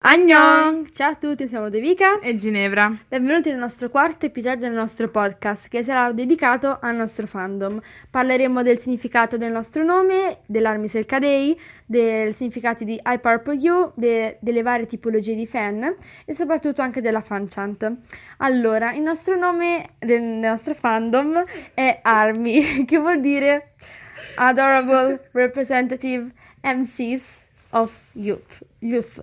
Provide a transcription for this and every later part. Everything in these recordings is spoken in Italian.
Annyeong! Ciao a tutti, siamo Devika e Ginevra. Benvenuti nel nostro quarto episodio del nostro podcast che sarà dedicato al nostro fandom. Parleremo del significato del nostro nome, dell'Army Selkadei, dei significati di I Purple You, delle varie tipologie di fan e soprattutto anche della fan chant. Allora, il nostro nome del nostro fandom è Army, che vuol dire Adorable Representative MCs of Youth. Youth.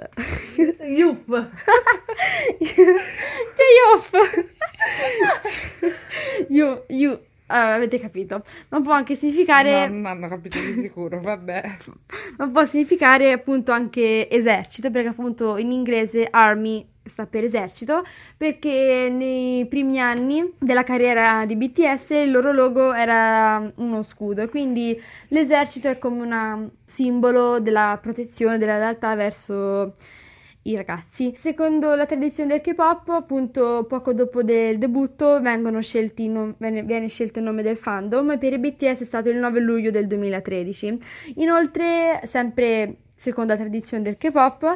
Avete capito. Ma può anche significare... No, non hanno capito di sicuro, vabbè. Ma può significare appunto anche esercito, perché appunto in inglese army sta per esercito, perché nei primi anni della carriera di BTS il loro logo era uno scudo, e quindi l'esercito è come un simbolo della protezione, della lealtà verso i ragazzi. Secondo la tradizione del K-pop, appunto poco dopo del debutto viene scelto il nome del fandom, e per i BTS è stato il 9 luglio del 2013. Inoltre, sempre secondo la tradizione del K-pop,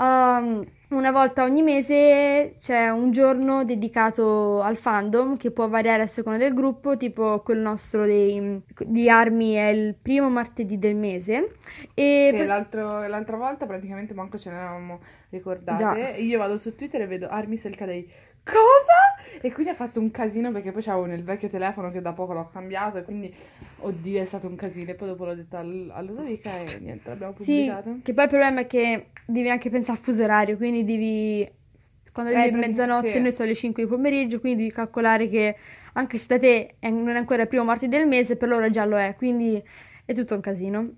una volta ogni mese c'è un giorno dedicato al fandom che può variare a seconda del gruppo, tipo quello nostro di Army è il primo martedì del mese. E l'altra volta praticamente manco ce ne eravamo ricordate. Già. Io vado su Twitter e vedo Army Selkadei. Cosa? E quindi ha fatto un casino perché poi c'avevo nel vecchio telefono che da poco l'ho cambiato e quindi, oddio, è stato un casino. E poi dopo l'ho detto a Ludovica e niente, l'abbiamo pubblicato. Sì, che poi il problema è che devi anche pensare al fuso orario, quindi quando devi mezzanotte, sì. Noi sono le 5 di pomeriggio, quindi devi calcolare che anche se da te non è ancora il primo martedì del mese, per loro già lo è, quindi è tutto un casino.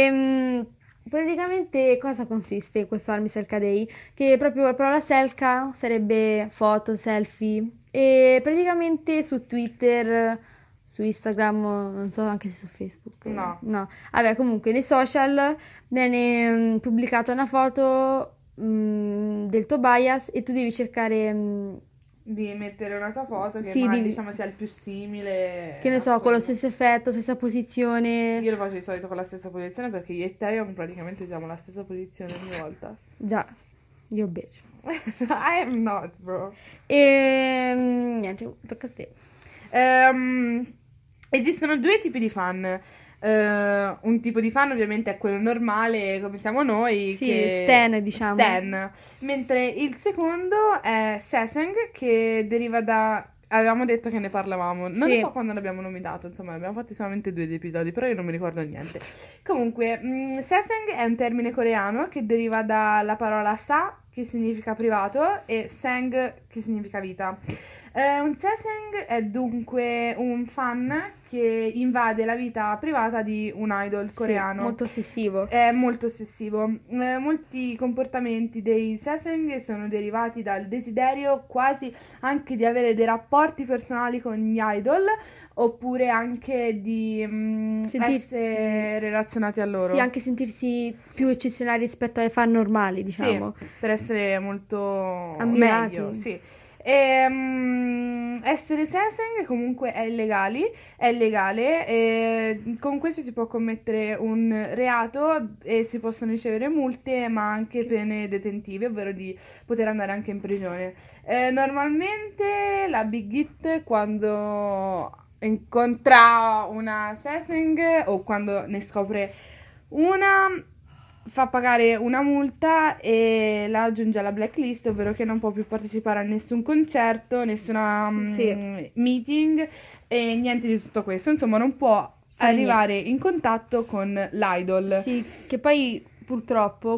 Praticamente cosa consiste questo Army Selkadei? Che proprio la parola selka sarebbe foto, selfie, e praticamente su Twitter, su Instagram, non so anche se su Facebook. No. Vabbè, comunque nei social viene pubblicata una foto del tuo bias e tu devi cercare di mettere una tua foto che sì, magari diciamo sia il più simile. Che ne so, con lo stesso effetto, stessa posizione. Io lo faccio di solito con la stessa posizione perché io e Taeyong praticamente usiamo la stessa posizione ogni volta. Già, io bitch. I am not, bro. Niente, tocca a te. Esistono due tipi di fan. Un tipo di fan ovviamente è quello normale, come siamo noi, sì, che Stan, diciamo. Stan. Mentre il secondo è Seseng, che deriva da... Avevamo detto che ne parlavamo, non Sì. so quando l'abbiamo nominato, insomma, abbiamo fatto solamente 2 episodi, però io non mi ricordo niente. Comunque, Seseng è un termine coreano che deriva dalla parola sa, che significa privato, e Seng, che significa vita. Un Seseng è dunque un fan che invade la vita privata di un idol coreano. Sì, molto ossessivo. È molto ossessivo. Molti comportamenti dei Seseng sono derivati dal desiderio quasi anche di avere dei rapporti personali con gli idol, oppure anche di essere relazionati a loro. Sì, anche sentirsi più eccezionali rispetto ai fan normali, diciamo. Sì, per essere molto ammirati. meglio, sì. Essere Seseng comunque è legale, e con questo si può commettere un reato e si possono ricevere multe, ma anche pene detentive, ovvero di poter andare anche in prigione. Normalmente la Big Hit, quando incontra una Seseng o quando ne scopre una, fa pagare una multa e la aggiunge alla blacklist, ovvero che non può più partecipare a nessun concerto, nessuna meeting e niente di tutto questo. Insomma, non può arrivare in contatto con l'idol. Sì, che poi purtroppo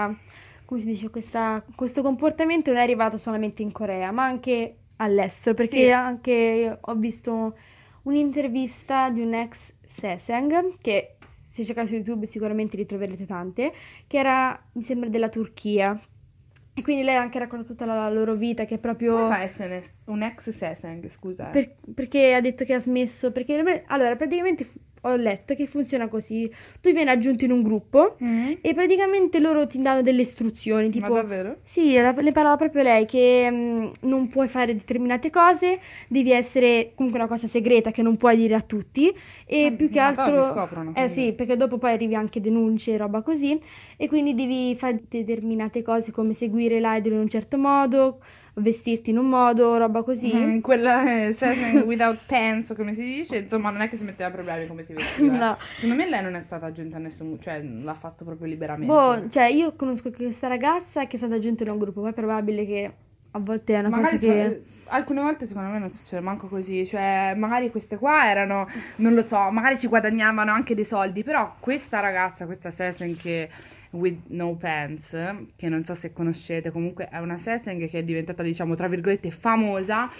questo comportamento non è arrivato solamente in Corea, ma anche all'estero, perché anche ho visto un'intervista di un ex Seseng che, se cercate su YouTube sicuramente ritroverete tante, che era, mi sembra, della Turchia. E quindi lei ha anche raccontato tutta la loro vita, che è proprio... Come fa a essere un ex Seseng, scusa? Perché ha detto che ha smesso, perché allora praticamente ho letto che funziona così. Tu vieni aggiunto in un gruppo e praticamente loro ti danno delle istruzioni, tipo... Ma davvero? Sì, ne parlava proprio lei, che non puoi fare determinate cose, devi essere comunque una cosa segreta che non puoi dire a tutti e più che ma poi altro... ti scoprono, quindi. sì, perché dopo poi arrivi anche denunce e roba così e quindi devi fare determinate cose come seguire l'idol in un certo modo, vestirti in un modo, roba così. Quella Assassin Without Pants, come si dice, insomma, non è che si metteva problemi come si vestiva. No. Secondo me lei non è stata aggiunta a nessun, cioè l'ha fatto proprio liberamente. Boh, cioè io conosco questa ragazza che è stata aggiunta in un gruppo, poi è probabile che a volte è una Magari cosa che... alcune volte secondo me non succede manco così, cioè magari queste qua erano, non lo so, magari ci guadagnavano anche dei soldi, però questa ragazza, questa Sesen che with no pants, che non so se conoscete, comunque è una Sesen che è diventata, diciamo, tra virgolette famosa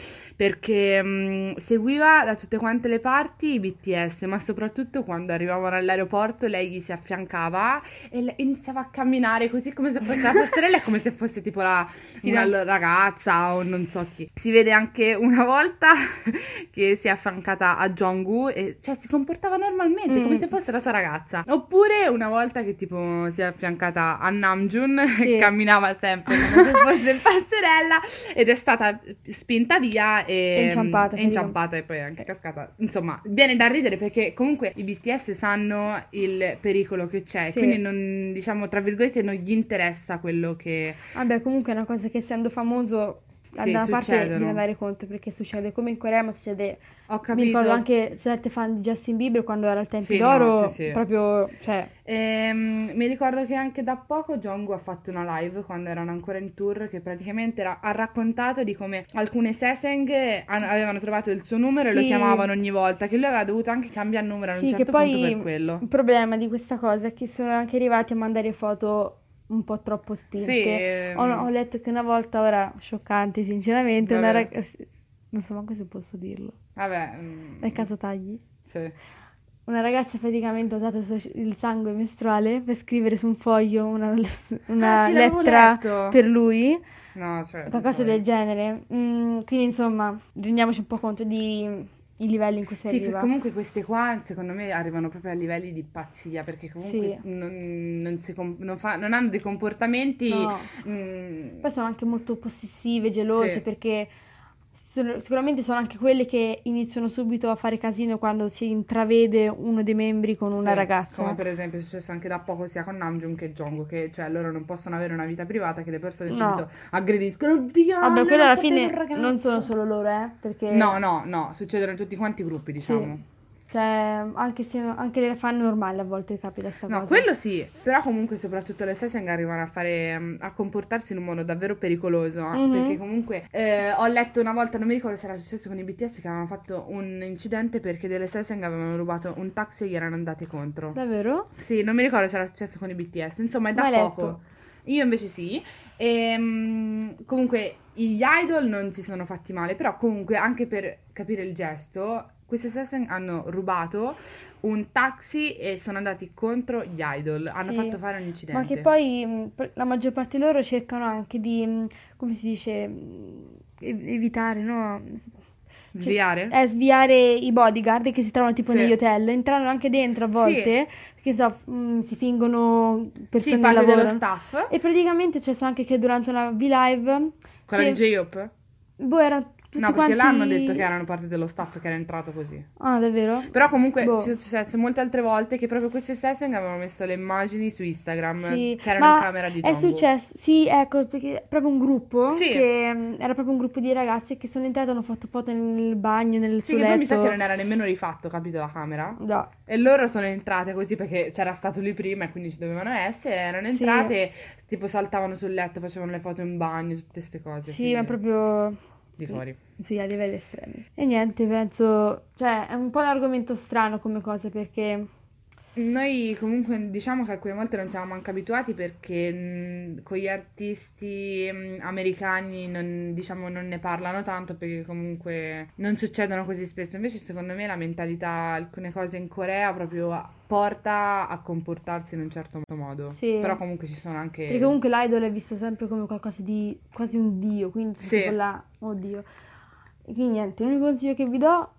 perché seguiva da tutte quante le parti i BTS, ma soprattutto quando arrivavano all'aeroporto lei gli si affiancava e iniziava a camminare così come se fosse la passerella e come se fosse tipo una ragazza o non so chi. Si vede anche una volta che si è affiancata a Jongwoo e cioè si comportava normalmente come se fosse la sua ragazza. Oppure una volta che tipo si è affiancata a Namjoon Sì. e camminava sempre come se fosse in passerella ed è stata spinta via e Inciampata, e poi è anche cascata. Insomma, viene da ridere perché comunque i BTS sanno il pericolo che c'è, Sì. quindi non, diciamo, tra virgolette, non gli interessa quello che... Vabbè, comunque è una cosa che essendo famoso da Sì, una parte succedono. devi andare conto perché succede come in Corea, ma succede... Ho Mi capito. ricordo anche certe fan di Justin Bieber quando era al Tempi Sì, d'Oro, no, sì. proprio, cioè... Mi ricordo che anche da poco Jongwoo ha fatto una live quando erano ancora in tour che praticamente ha raccontato di come alcune Seseng avevano trovato il suo numero e lo Sì. chiamavano ogni volta, che lui aveva dovuto anche cambiare numero a un Sì, certo che poi punto per quello. il problema di questa cosa è che sono anche arrivati a mandare foto un po' troppo spinte. Sì, Ho letto che una volta, ora scioccante sinceramente, una Vabbè. ragazza... Non so manco se posso dirlo. Vabbè, Nel caso tagli. sì. Una ragazza praticamente ha usato il sangue mestruale per scrivere su un foglio una Ah, sì, l'avevo lettera letto. per lui, No, cioè, qualcosa poi- del genere. Quindi insomma, rendiamoci un po' conto di i livelli in cui si Sì, che arriva. comunque queste qua secondo me arrivano proprio a livelli di pazzia perché comunque Sì. non hanno dei comportamenti No. mm, Poi sono anche molto possessive, gelose, Sì. perché sicuramente sono anche quelle che iniziano subito a fare casino quando si intravede uno dei membri con una sì, ragazza. come per esempio è successo anche da poco sia con Namjoon che Jongwoo, che cioè loro non possono avere una vita privata che le persone No. subito aggrediscono. Oddio, Vabbè, lei quello non alla può tenere fine un ragazzo. non sono solo loro, perché... No, succedono in tutti quanti i gruppi, diciamo. Sì. Cioè, anche le fan normali a volte capita sta No, cosa. quello sì, però comunque soprattutto le Seseng arrivano a fare, a comportarsi in un modo davvero pericoloso, perché comunque ho letto una volta, non mi ricordo se era successo con i BTS, che avevano fatto un incidente perché delle Seseng avevano rubato un taxi e gli erano andati contro. Davvero? Sì, non mi ricordo se era successo con i BTS, insomma è da Mai poco. letto. Io invece sì. Comunque gli idol non si sono fatti male, però comunque anche per capire il gesto, queste Seseng hanno rubato un taxi e sono andati contro gli idol, hanno Sì. fatto fare un incidente. Ma che poi la maggior parte di loro cercano anche di, come si dice, evitare, no? Sviare? Sviare i bodyguard che si trovano tipo Sì. negli hotel, entrano anche dentro a volte, perché si fingono persone Sì, che parte dello lavorano. staff. E praticamente c'è stato anche che durante una V-Live... Quella sì, di J-Hope? boh, erano tutti No, perché quanti... l'hanno detto che erano parte dello staff che era entrato così. Ah, davvero? Però comunque Boh. ci sono successe molte altre volte che proprio queste Seseng avevano messo le immagini su Instagram Sì, che erano ma in camera di è Jongwoo. successo, sì, ecco, perché è proprio un gruppo Sì. che era proprio un gruppo di ragazze che sono entrate e hanno fatto foto nel bagno, nel Sì, suo che poi mi sa letto. che non era nemmeno rifatto, capito, la camera? No. E loro sono entrate così perché c'era stato lui prima e quindi ci dovevano essere. Erano Sì. entrate, tipo saltavano sul letto, facevano le foto in bagno, tutte queste cose. Sì, ma quindi proprio... di fuori. Sì, a livelli estremi. E niente, penso... Cioè, è un po' un argomento strano come cosa, perché... Noi comunque diciamo che alcune volte non siamo manco abituati perché con gli artisti americani non ne parlano tanto perché comunque non succedono così spesso. Invece secondo me la mentalità, alcune cose in Corea proprio porta a comportarsi in un certo modo. Sì. Però comunque ci sono anche... Perché comunque l'idol è visto sempre come qualcosa di quasi un dio, quindi Sì. tipo là, oddio. E quindi niente, l'unico consiglio che vi do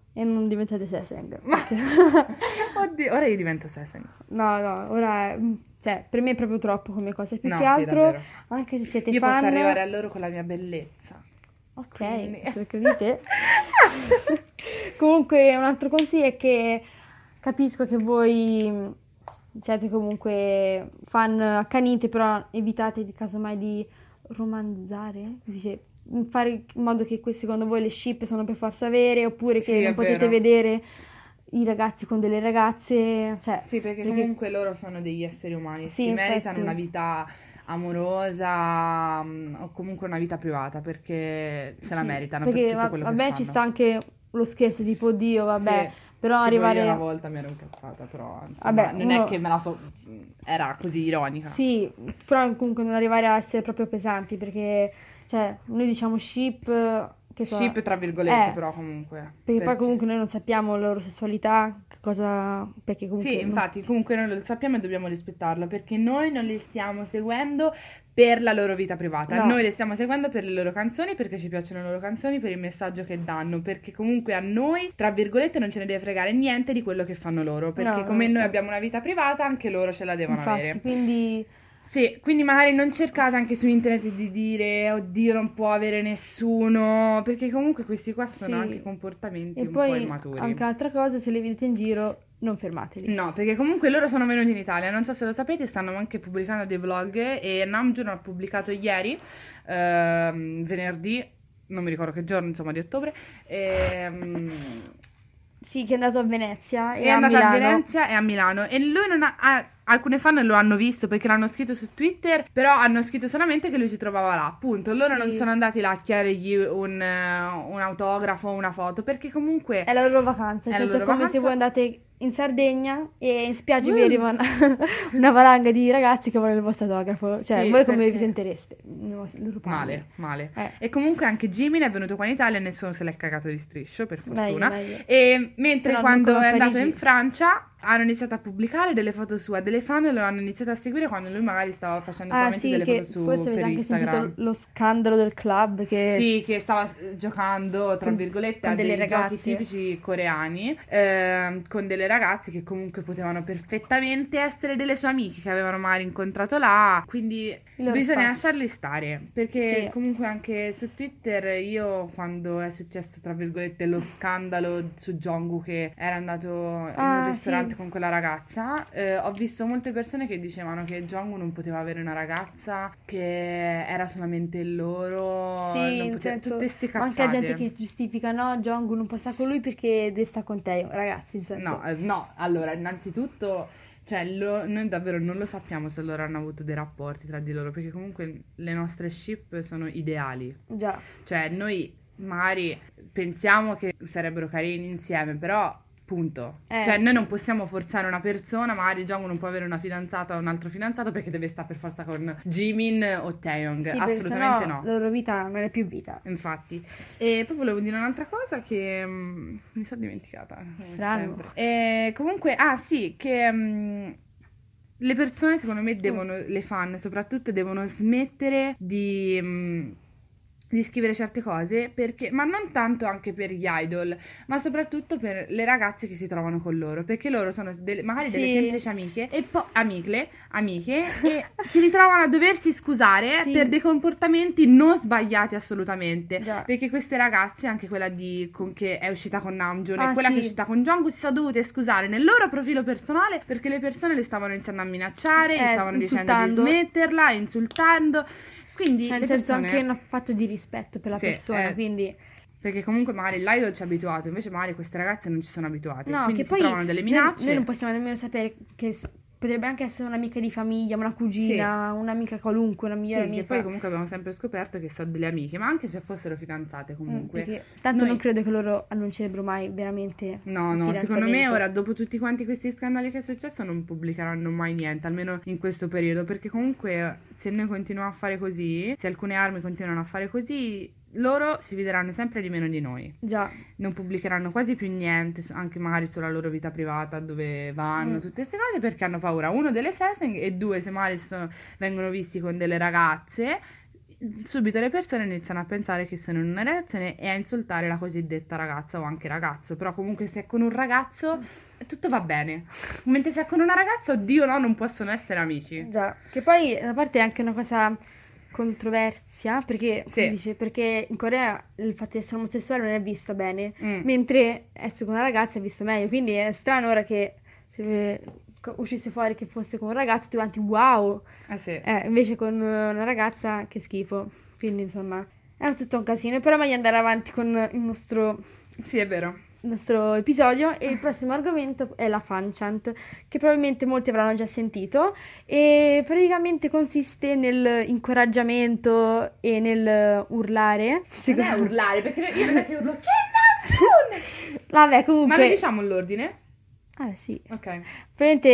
e non diventate Seseng. Oddio, ora io divento Seseng. No, ora cioè, per me è proprio troppo come cosa. Più No, che sì, altro, davvero. anche se siete Io fan... posso arrivare a loro con la mia bellezza. Ok, Quindi- se credete. Comunque, un altro consiglio è che capisco che voi siete comunque fan accaniti, però evitate casomai di romanzare, si dice, fare in modo che secondo voi le ship sono per forza vere, oppure che Sì, non è potete vero. vedere i ragazzi con delle ragazze, cioè, Sì, perché comunque loro sono degli esseri umani, Sì, si meritano infatti. una vita amorosa o comunque una vita privata perché se la sì, meritano perché per tutto quello che vabbè, fanno. ci sta anche lo scherzo tipo, oddio, vabbè, Sì, però tipo arrivare... io una volta mi ero incazzata, però insomma, Vabbè, non uno- è che me la so... era così ironica. Sì, però comunque non arrivare a essere proprio pesanti, perché, cioè, noi diciamo ship, che so, Ship tra virgolette, eh, però comunque. perché poi comunque noi non sappiamo la loro sessualità, che cosa, perché comunque... Sì, non- infatti, comunque noi lo sappiamo e dobbiamo rispettarlo perché noi non li stiamo seguendo per la loro vita privata, No. noi le stiamo seguendo per le loro canzoni, perché ci piacciono le loro canzoni, per il messaggio che danno, perché comunque a noi, tra virgolette, non ce ne deve fregare niente di quello che fanno loro, perché No, come no, noi no. abbiamo una vita privata, anche loro ce la devono Infatti, avere. quindi... Sì, quindi magari non cercate anche su internet di dire oddio non può avere nessuno, perché comunque questi qua sono Sì. anche comportamenti E un po' poi, immaturi. anche altra cosa, se le vedete in giro, non fermateli. No, perché comunque loro sono venuti in Italia, non so se lo sapete, stanno anche pubblicando dei vlog e Namjoon ha pubblicato ieri, venerdì, non mi ricordo che giorno, insomma di ottobre, Sì, che è andato a Venezia e è a andato a Milano. Venezia e a Milano e lui non ha, alcune fan lo hanno visto perché l'hanno scritto su Twitter, però hanno scritto solamente che lui si trovava là, appunto. Loro Sì. non sono andati là a chiedergli un autografo, una foto, perché comunque È la loro vacanza, È nel la senso loro come se vacanza. voi andate in Sardegna e in spiaggia vi arriva una valanga di ragazzi che vogliono il vostro autografo. Cioè, Sì, voi come perché- vi sentireste? Nei loro panni. male. Eh. E comunque anche Jimin è venuto qua in Italia e nessuno se l'è cagato di striscio, per fortuna. Meglio. E mentre Se no, quando come a è andato Parigi. in Francia hanno iniziato a pubblicare delle foto sue, delle fan lo hanno iniziato a seguire quando lui magari stava facendo Ah solamente sì, delle che foto su forse per avete anche Instagram. sentito lo scandalo del club che... Sì, che stava giocando, tra Con- virgolette, con a delle dei giochi ragazze. tipici coreani, con delle ragazze che comunque potevano perfettamente essere delle sue amiche che avevano magari incontrato là, quindi I loro bisogna spazi. lasciarli stare, perché Sì. comunque anche su Twitter io quando è successo, tra virgolette, lo scandalo su Jungkook che era andato in un Ah, ristorante sì. con quella ragazza, ho visto molte persone che dicevano che Jungkook non poteva avere una ragazza, che era solamente loro, Sì, non nel poteva, senso, tutte ste ma cazzate. anche la gente che giustifica, no, Jonghyun non può stare con lui perché deve stare con te, ragazzi, nel senso... No, allora, innanzitutto, cioè, noi davvero non lo sappiamo se loro hanno avuto dei rapporti tra di loro, perché comunque le nostre ship sono ideali. Già, Cioè, noi magari pensiamo che sarebbero carini insieme, però, punto. Cioè, noi non possiamo forzare una persona, magari Jungkook non può avere una fidanzata o un altro fidanzato perché deve stare per forza con Jimin o Taeyong. sì, perché Assolutamente sennò no. la loro vita non è più vita. Infatti, e poi volevo dire un'altra cosa che mi sono dimenticata. Come Strano. sempre. Comunque, sì, che le persone secondo me devono, le fan soprattutto, devono smettere di scrivere certe cose perché, ma non tanto anche per gli idol, ma soprattutto per le ragazze che si trovano con loro, perché loro sono magari delle Sì. semplici amiche e poi amiche e si ritrovano a doversi scusare Sì. per dei comportamenti non sbagliati assolutamente, Già. perché queste ragazze, anche quella che è uscita con Namjoon Ah, e quella sì. che è uscita con Jungkook, si sono dovute scusare nel loro profilo personale perché le persone le stavano iniziando a minacciare, gli stavano dicendo di insultando. smetterla, insultando. Quindi Cioè, le nel senso persone... anche un fatto di rispetto per la Sì, persona, quindi... perché comunque magari l'idol ci ha abituato, invece magari queste ragazze non ci sono abituate, No, quindi che si poi trovano delle noi- minacce. Noi non possiamo nemmeno sapere che potrebbe anche essere un'amica di famiglia, una cugina, un'amica qualunque, una migliore Sì, che amica. poi comunque abbiamo sempre scoperto che sono delle amiche, ma anche se fossero fidanzate comunque. Perché tanto Noi- non credo che loro annuncerebbero mai veramente No, il secondo me fidanzamento. ora dopo tutti quanti questi scandali che è successo non pubblicheranno mai niente, almeno in questo periodo, perché comunque se noi continuiamo a fare così, se alcune armi continuano a fare così, loro si fideranno sempre di meno di noi. Già, Non pubblicheranno quasi più niente, anche magari sulla loro vita privata, dove vanno, tutte queste cose, perché hanno paura, uno, delle Seseng e due, se magari vengono visti con delle ragazze, subito le persone iniziano a pensare che sono in una relazione e a insultare la cosiddetta ragazza o anche ragazzo, però comunque se è con un ragazzo tutto va bene, mentre se è con una ragazza, oddio no, non possono essere amici. Già, che poi da parte è anche una cosa controversia, perché, Sì. si dice, perché in Corea il fatto di essere omosessuale non è visto bene, Mm. mentre essere con una ragazza è visto meglio, quindi è strano ora che se uscisse fuori che fosse con un ragazzo tutti quanti wow, Sì. invece con una ragazza che schifo, quindi insomma è tutto un casino, però meglio andare avanti con Sì, è vero. il nostro episodio e il prossimo argomento è la fan chant, che probabilmente molti avranno già sentito e praticamente consiste nel incoraggiamento e nel urlare. Non è urlare, perché io non è che urlo Kim Namjoon! Vabbè, Ma comunque... lo diciamo l'ordine? Ah, sì. Ok. Praticamente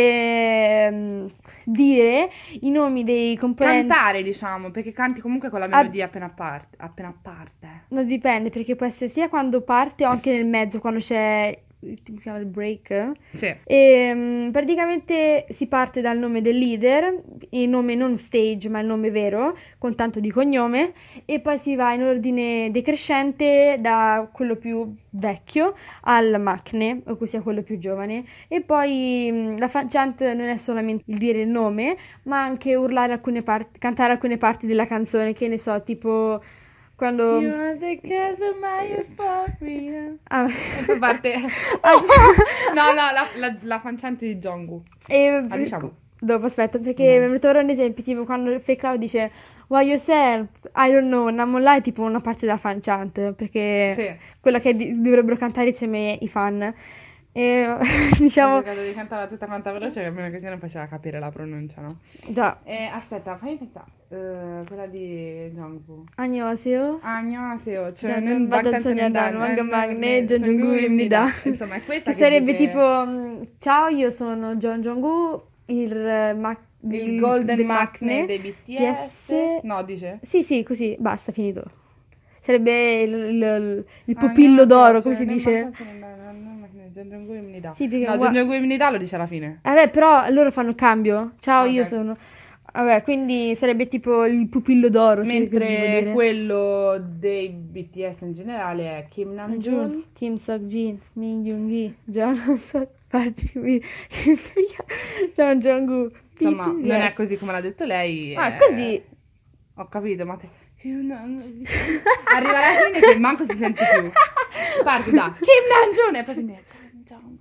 dire i nomi dei componenti... Cantare, diciamo, perché canti comunque con la melodia appena a parte. Non dipende, perché può essere sia quando parte o anche nel mezzo, quando c'è si chiama il break. Sì. E praticamente si parte dal nome del leader, il nome non stage ma il nome vero, con tanto di cognome, e poi si va in ordine decrescente da quello più vecchio al maknae, o sia quello più giovane. E poi la fan chant non è solamente il dire il nome, ma anche urlare alcune parti, cantare alcune parti della canzone, che ne so, tipo quando... You are the cause of my euphoria. Ah. Questa parte... No, la fanciante di Jungkook. Diciamo. Dopo aspetta, perché mi ritorno un esempio, tipo quando Fake Cloud dice Why you said, I don't know, Namola è tipo una parte della fan chant, perché Sì. quella che dovrebbero cantare insieme i fan. E diciamo... Ho cercato di cantarla tutta quanta veloce, che almeno così non faceva capire la pronuncia, no? Già. Aspetta, fammi pensare. Quella di Jungkook. Annyeonghaseyo. Annyeonghaseyo, cioè Janggun Badan Sonyeondan, Wangam Magne, Jeon Jong-gu Imnida. Insomma, è questa Che sarebbe dice tipo ciao, io sono Jeon Jong-gu, il Golden Maknae dei BTS. No, dice? Sì, così, basta, finito. Sarebbe il pupillo d'oro, come si dice? Sì, perché no, Jeon Jong-gu Imnida lo dice alla fine. Vabbè, però loro fanno il cambio. Ciao, Ok. io sono... Vabbè, quindi sarebbe tipo il pupillo d'oro, sì, così si può Mentre dire. quello dei BTS in generale è Kim Namjoon. Kim Seokjin, Min Yoongi, Jeon Suk, Park Jimin, Jeon Jonggu. Insomma, non è così come l'ha detto lei. Ah, così. Ho capito, ma te... Arriva alla fine che manco si sente più. Parte da Kim Namjoon e poi fine Jungkook.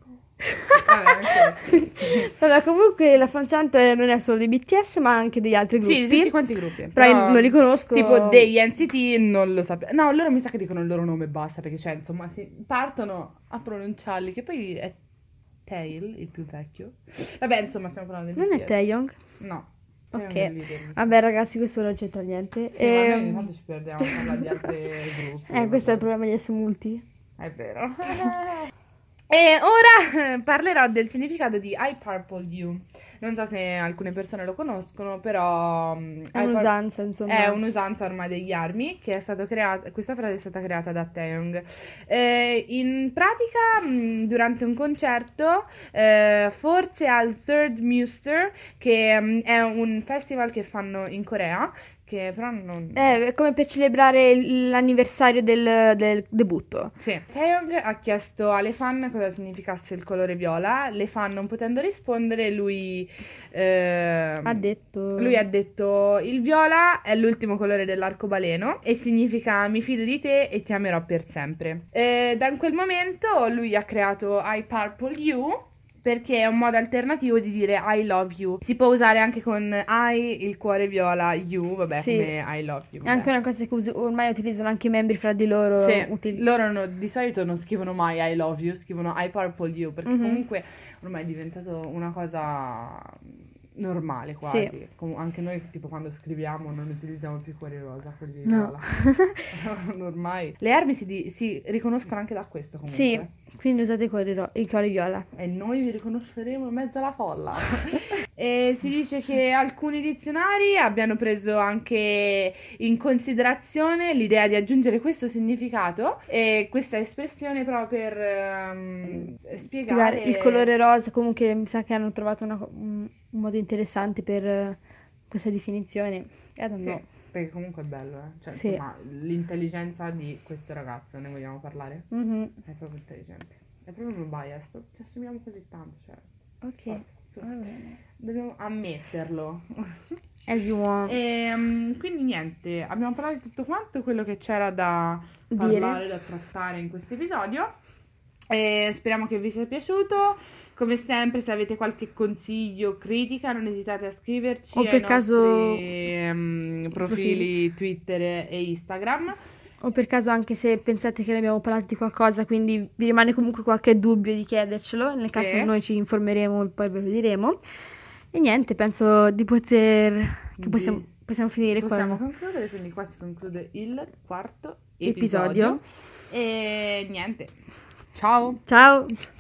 Vabbè, Vabbè, comunque la fan chant non è solo dei BTS, ma anche degli altri gruppi. sì, tutti quanti i gruppi. Però io non li conosco. Tipo degli NCT non lo sappiamo. No, loro mi sa che dicono il loro nome e basta, perché cioè, insomma, partono a pronunciarli, che poi è Tail, il più vecchio. Vabbè, insomma, stiamo parlando di Non è BTS. Taeyong? No. Ok. Taeyong è il leader. Vabbè, ragazzi, questo non c'entra niente. Sì, ma noi ogni tanto ci perdiamo a parlare di altri gruppi. Questo è il problema di S-Multi. È vero. E ora parlerò del significato di I Purple You. Non so se alcune persone lo conoscono, però È un'usanza, insomma. è un'usanza ormai degli ARMY, che è stato creata, questa frase è stata creata da Taeyong. In pratica, durante un concerto, forse al Third Muster, che è un festival che fanno in Corea, che però non... È come per celebrare l'anniversario del debutto. Sì. Taeyong ha chiesto alle fan cosa significasse il colore viola. Le fan, non potendo rispondere, lui Ha detto... ha detto: il viola è l'ultimo colore dell'arcobaleno e significa mi fido di te e ti amerò per sempre. Da quel momento lui ha creato I Purple You, perché è un modo alternativo di dire I love you. Si può usare anche con I, il cuore viola, you, vabbè, Sì. come I love you. È anche una cosa che ormai utilizzano anche i membri fra di loro. Sì, loro di solito non scrivono mai I love you, scrivono I purple you, perché comunque ormai è diventato una cosa normale quasi. Sì. Anche noi tipo quando scriviamo non utilizziamo più cuori rosa, quelli No. viola. Ormai. Le armi si riconoscono anche da questo comunque. Sì, quindi usate i cuori viola. E noi vi riconosceremo in mezzo alla folla. E si dice che alcuni dizionari abbiano preso anche in considerazione l'idea di aggiungere questo significato e questa espressione proprio per spiegare Il colore rosa, comunque mi sa che hanno trovato un modo interessante per questa definizione. I don't know. Perché comunque è bello, Cioè, Sì. insomma, l'intelligenza di questo ragazzo, ne vogliamo parlare? Mhm. È proprio intelligente. È proprio un bias, ci assumiamo così tanto, cioè. Ok. Forza, su. Va bene. Dobbiamo ammetterlo. As you want. Quindi niente, abbiamo parlato di tutto quanto quello che c'era da Dire. parlare, da trattare in questo episodio. E speriamo che vi sia piaciuto. Come sempre, se avete qualche consiglio, critica, non esitate a scriverci O ai per caso- nostri profili Twitter e Instagram. O per caso anche se pensate che ne abbiamo parlato di qualcosa, quindi vi rimane comunque qualche dubbio di chiedercelo, nel caso Sì. noi ci informeremo e poi ve lo diremo. E niente, penso di poter... che possiamo finire Possiamo qua. concludere, quindi qua si conclude il quarto Episodio. episodio. E niente, ciao! Ciao!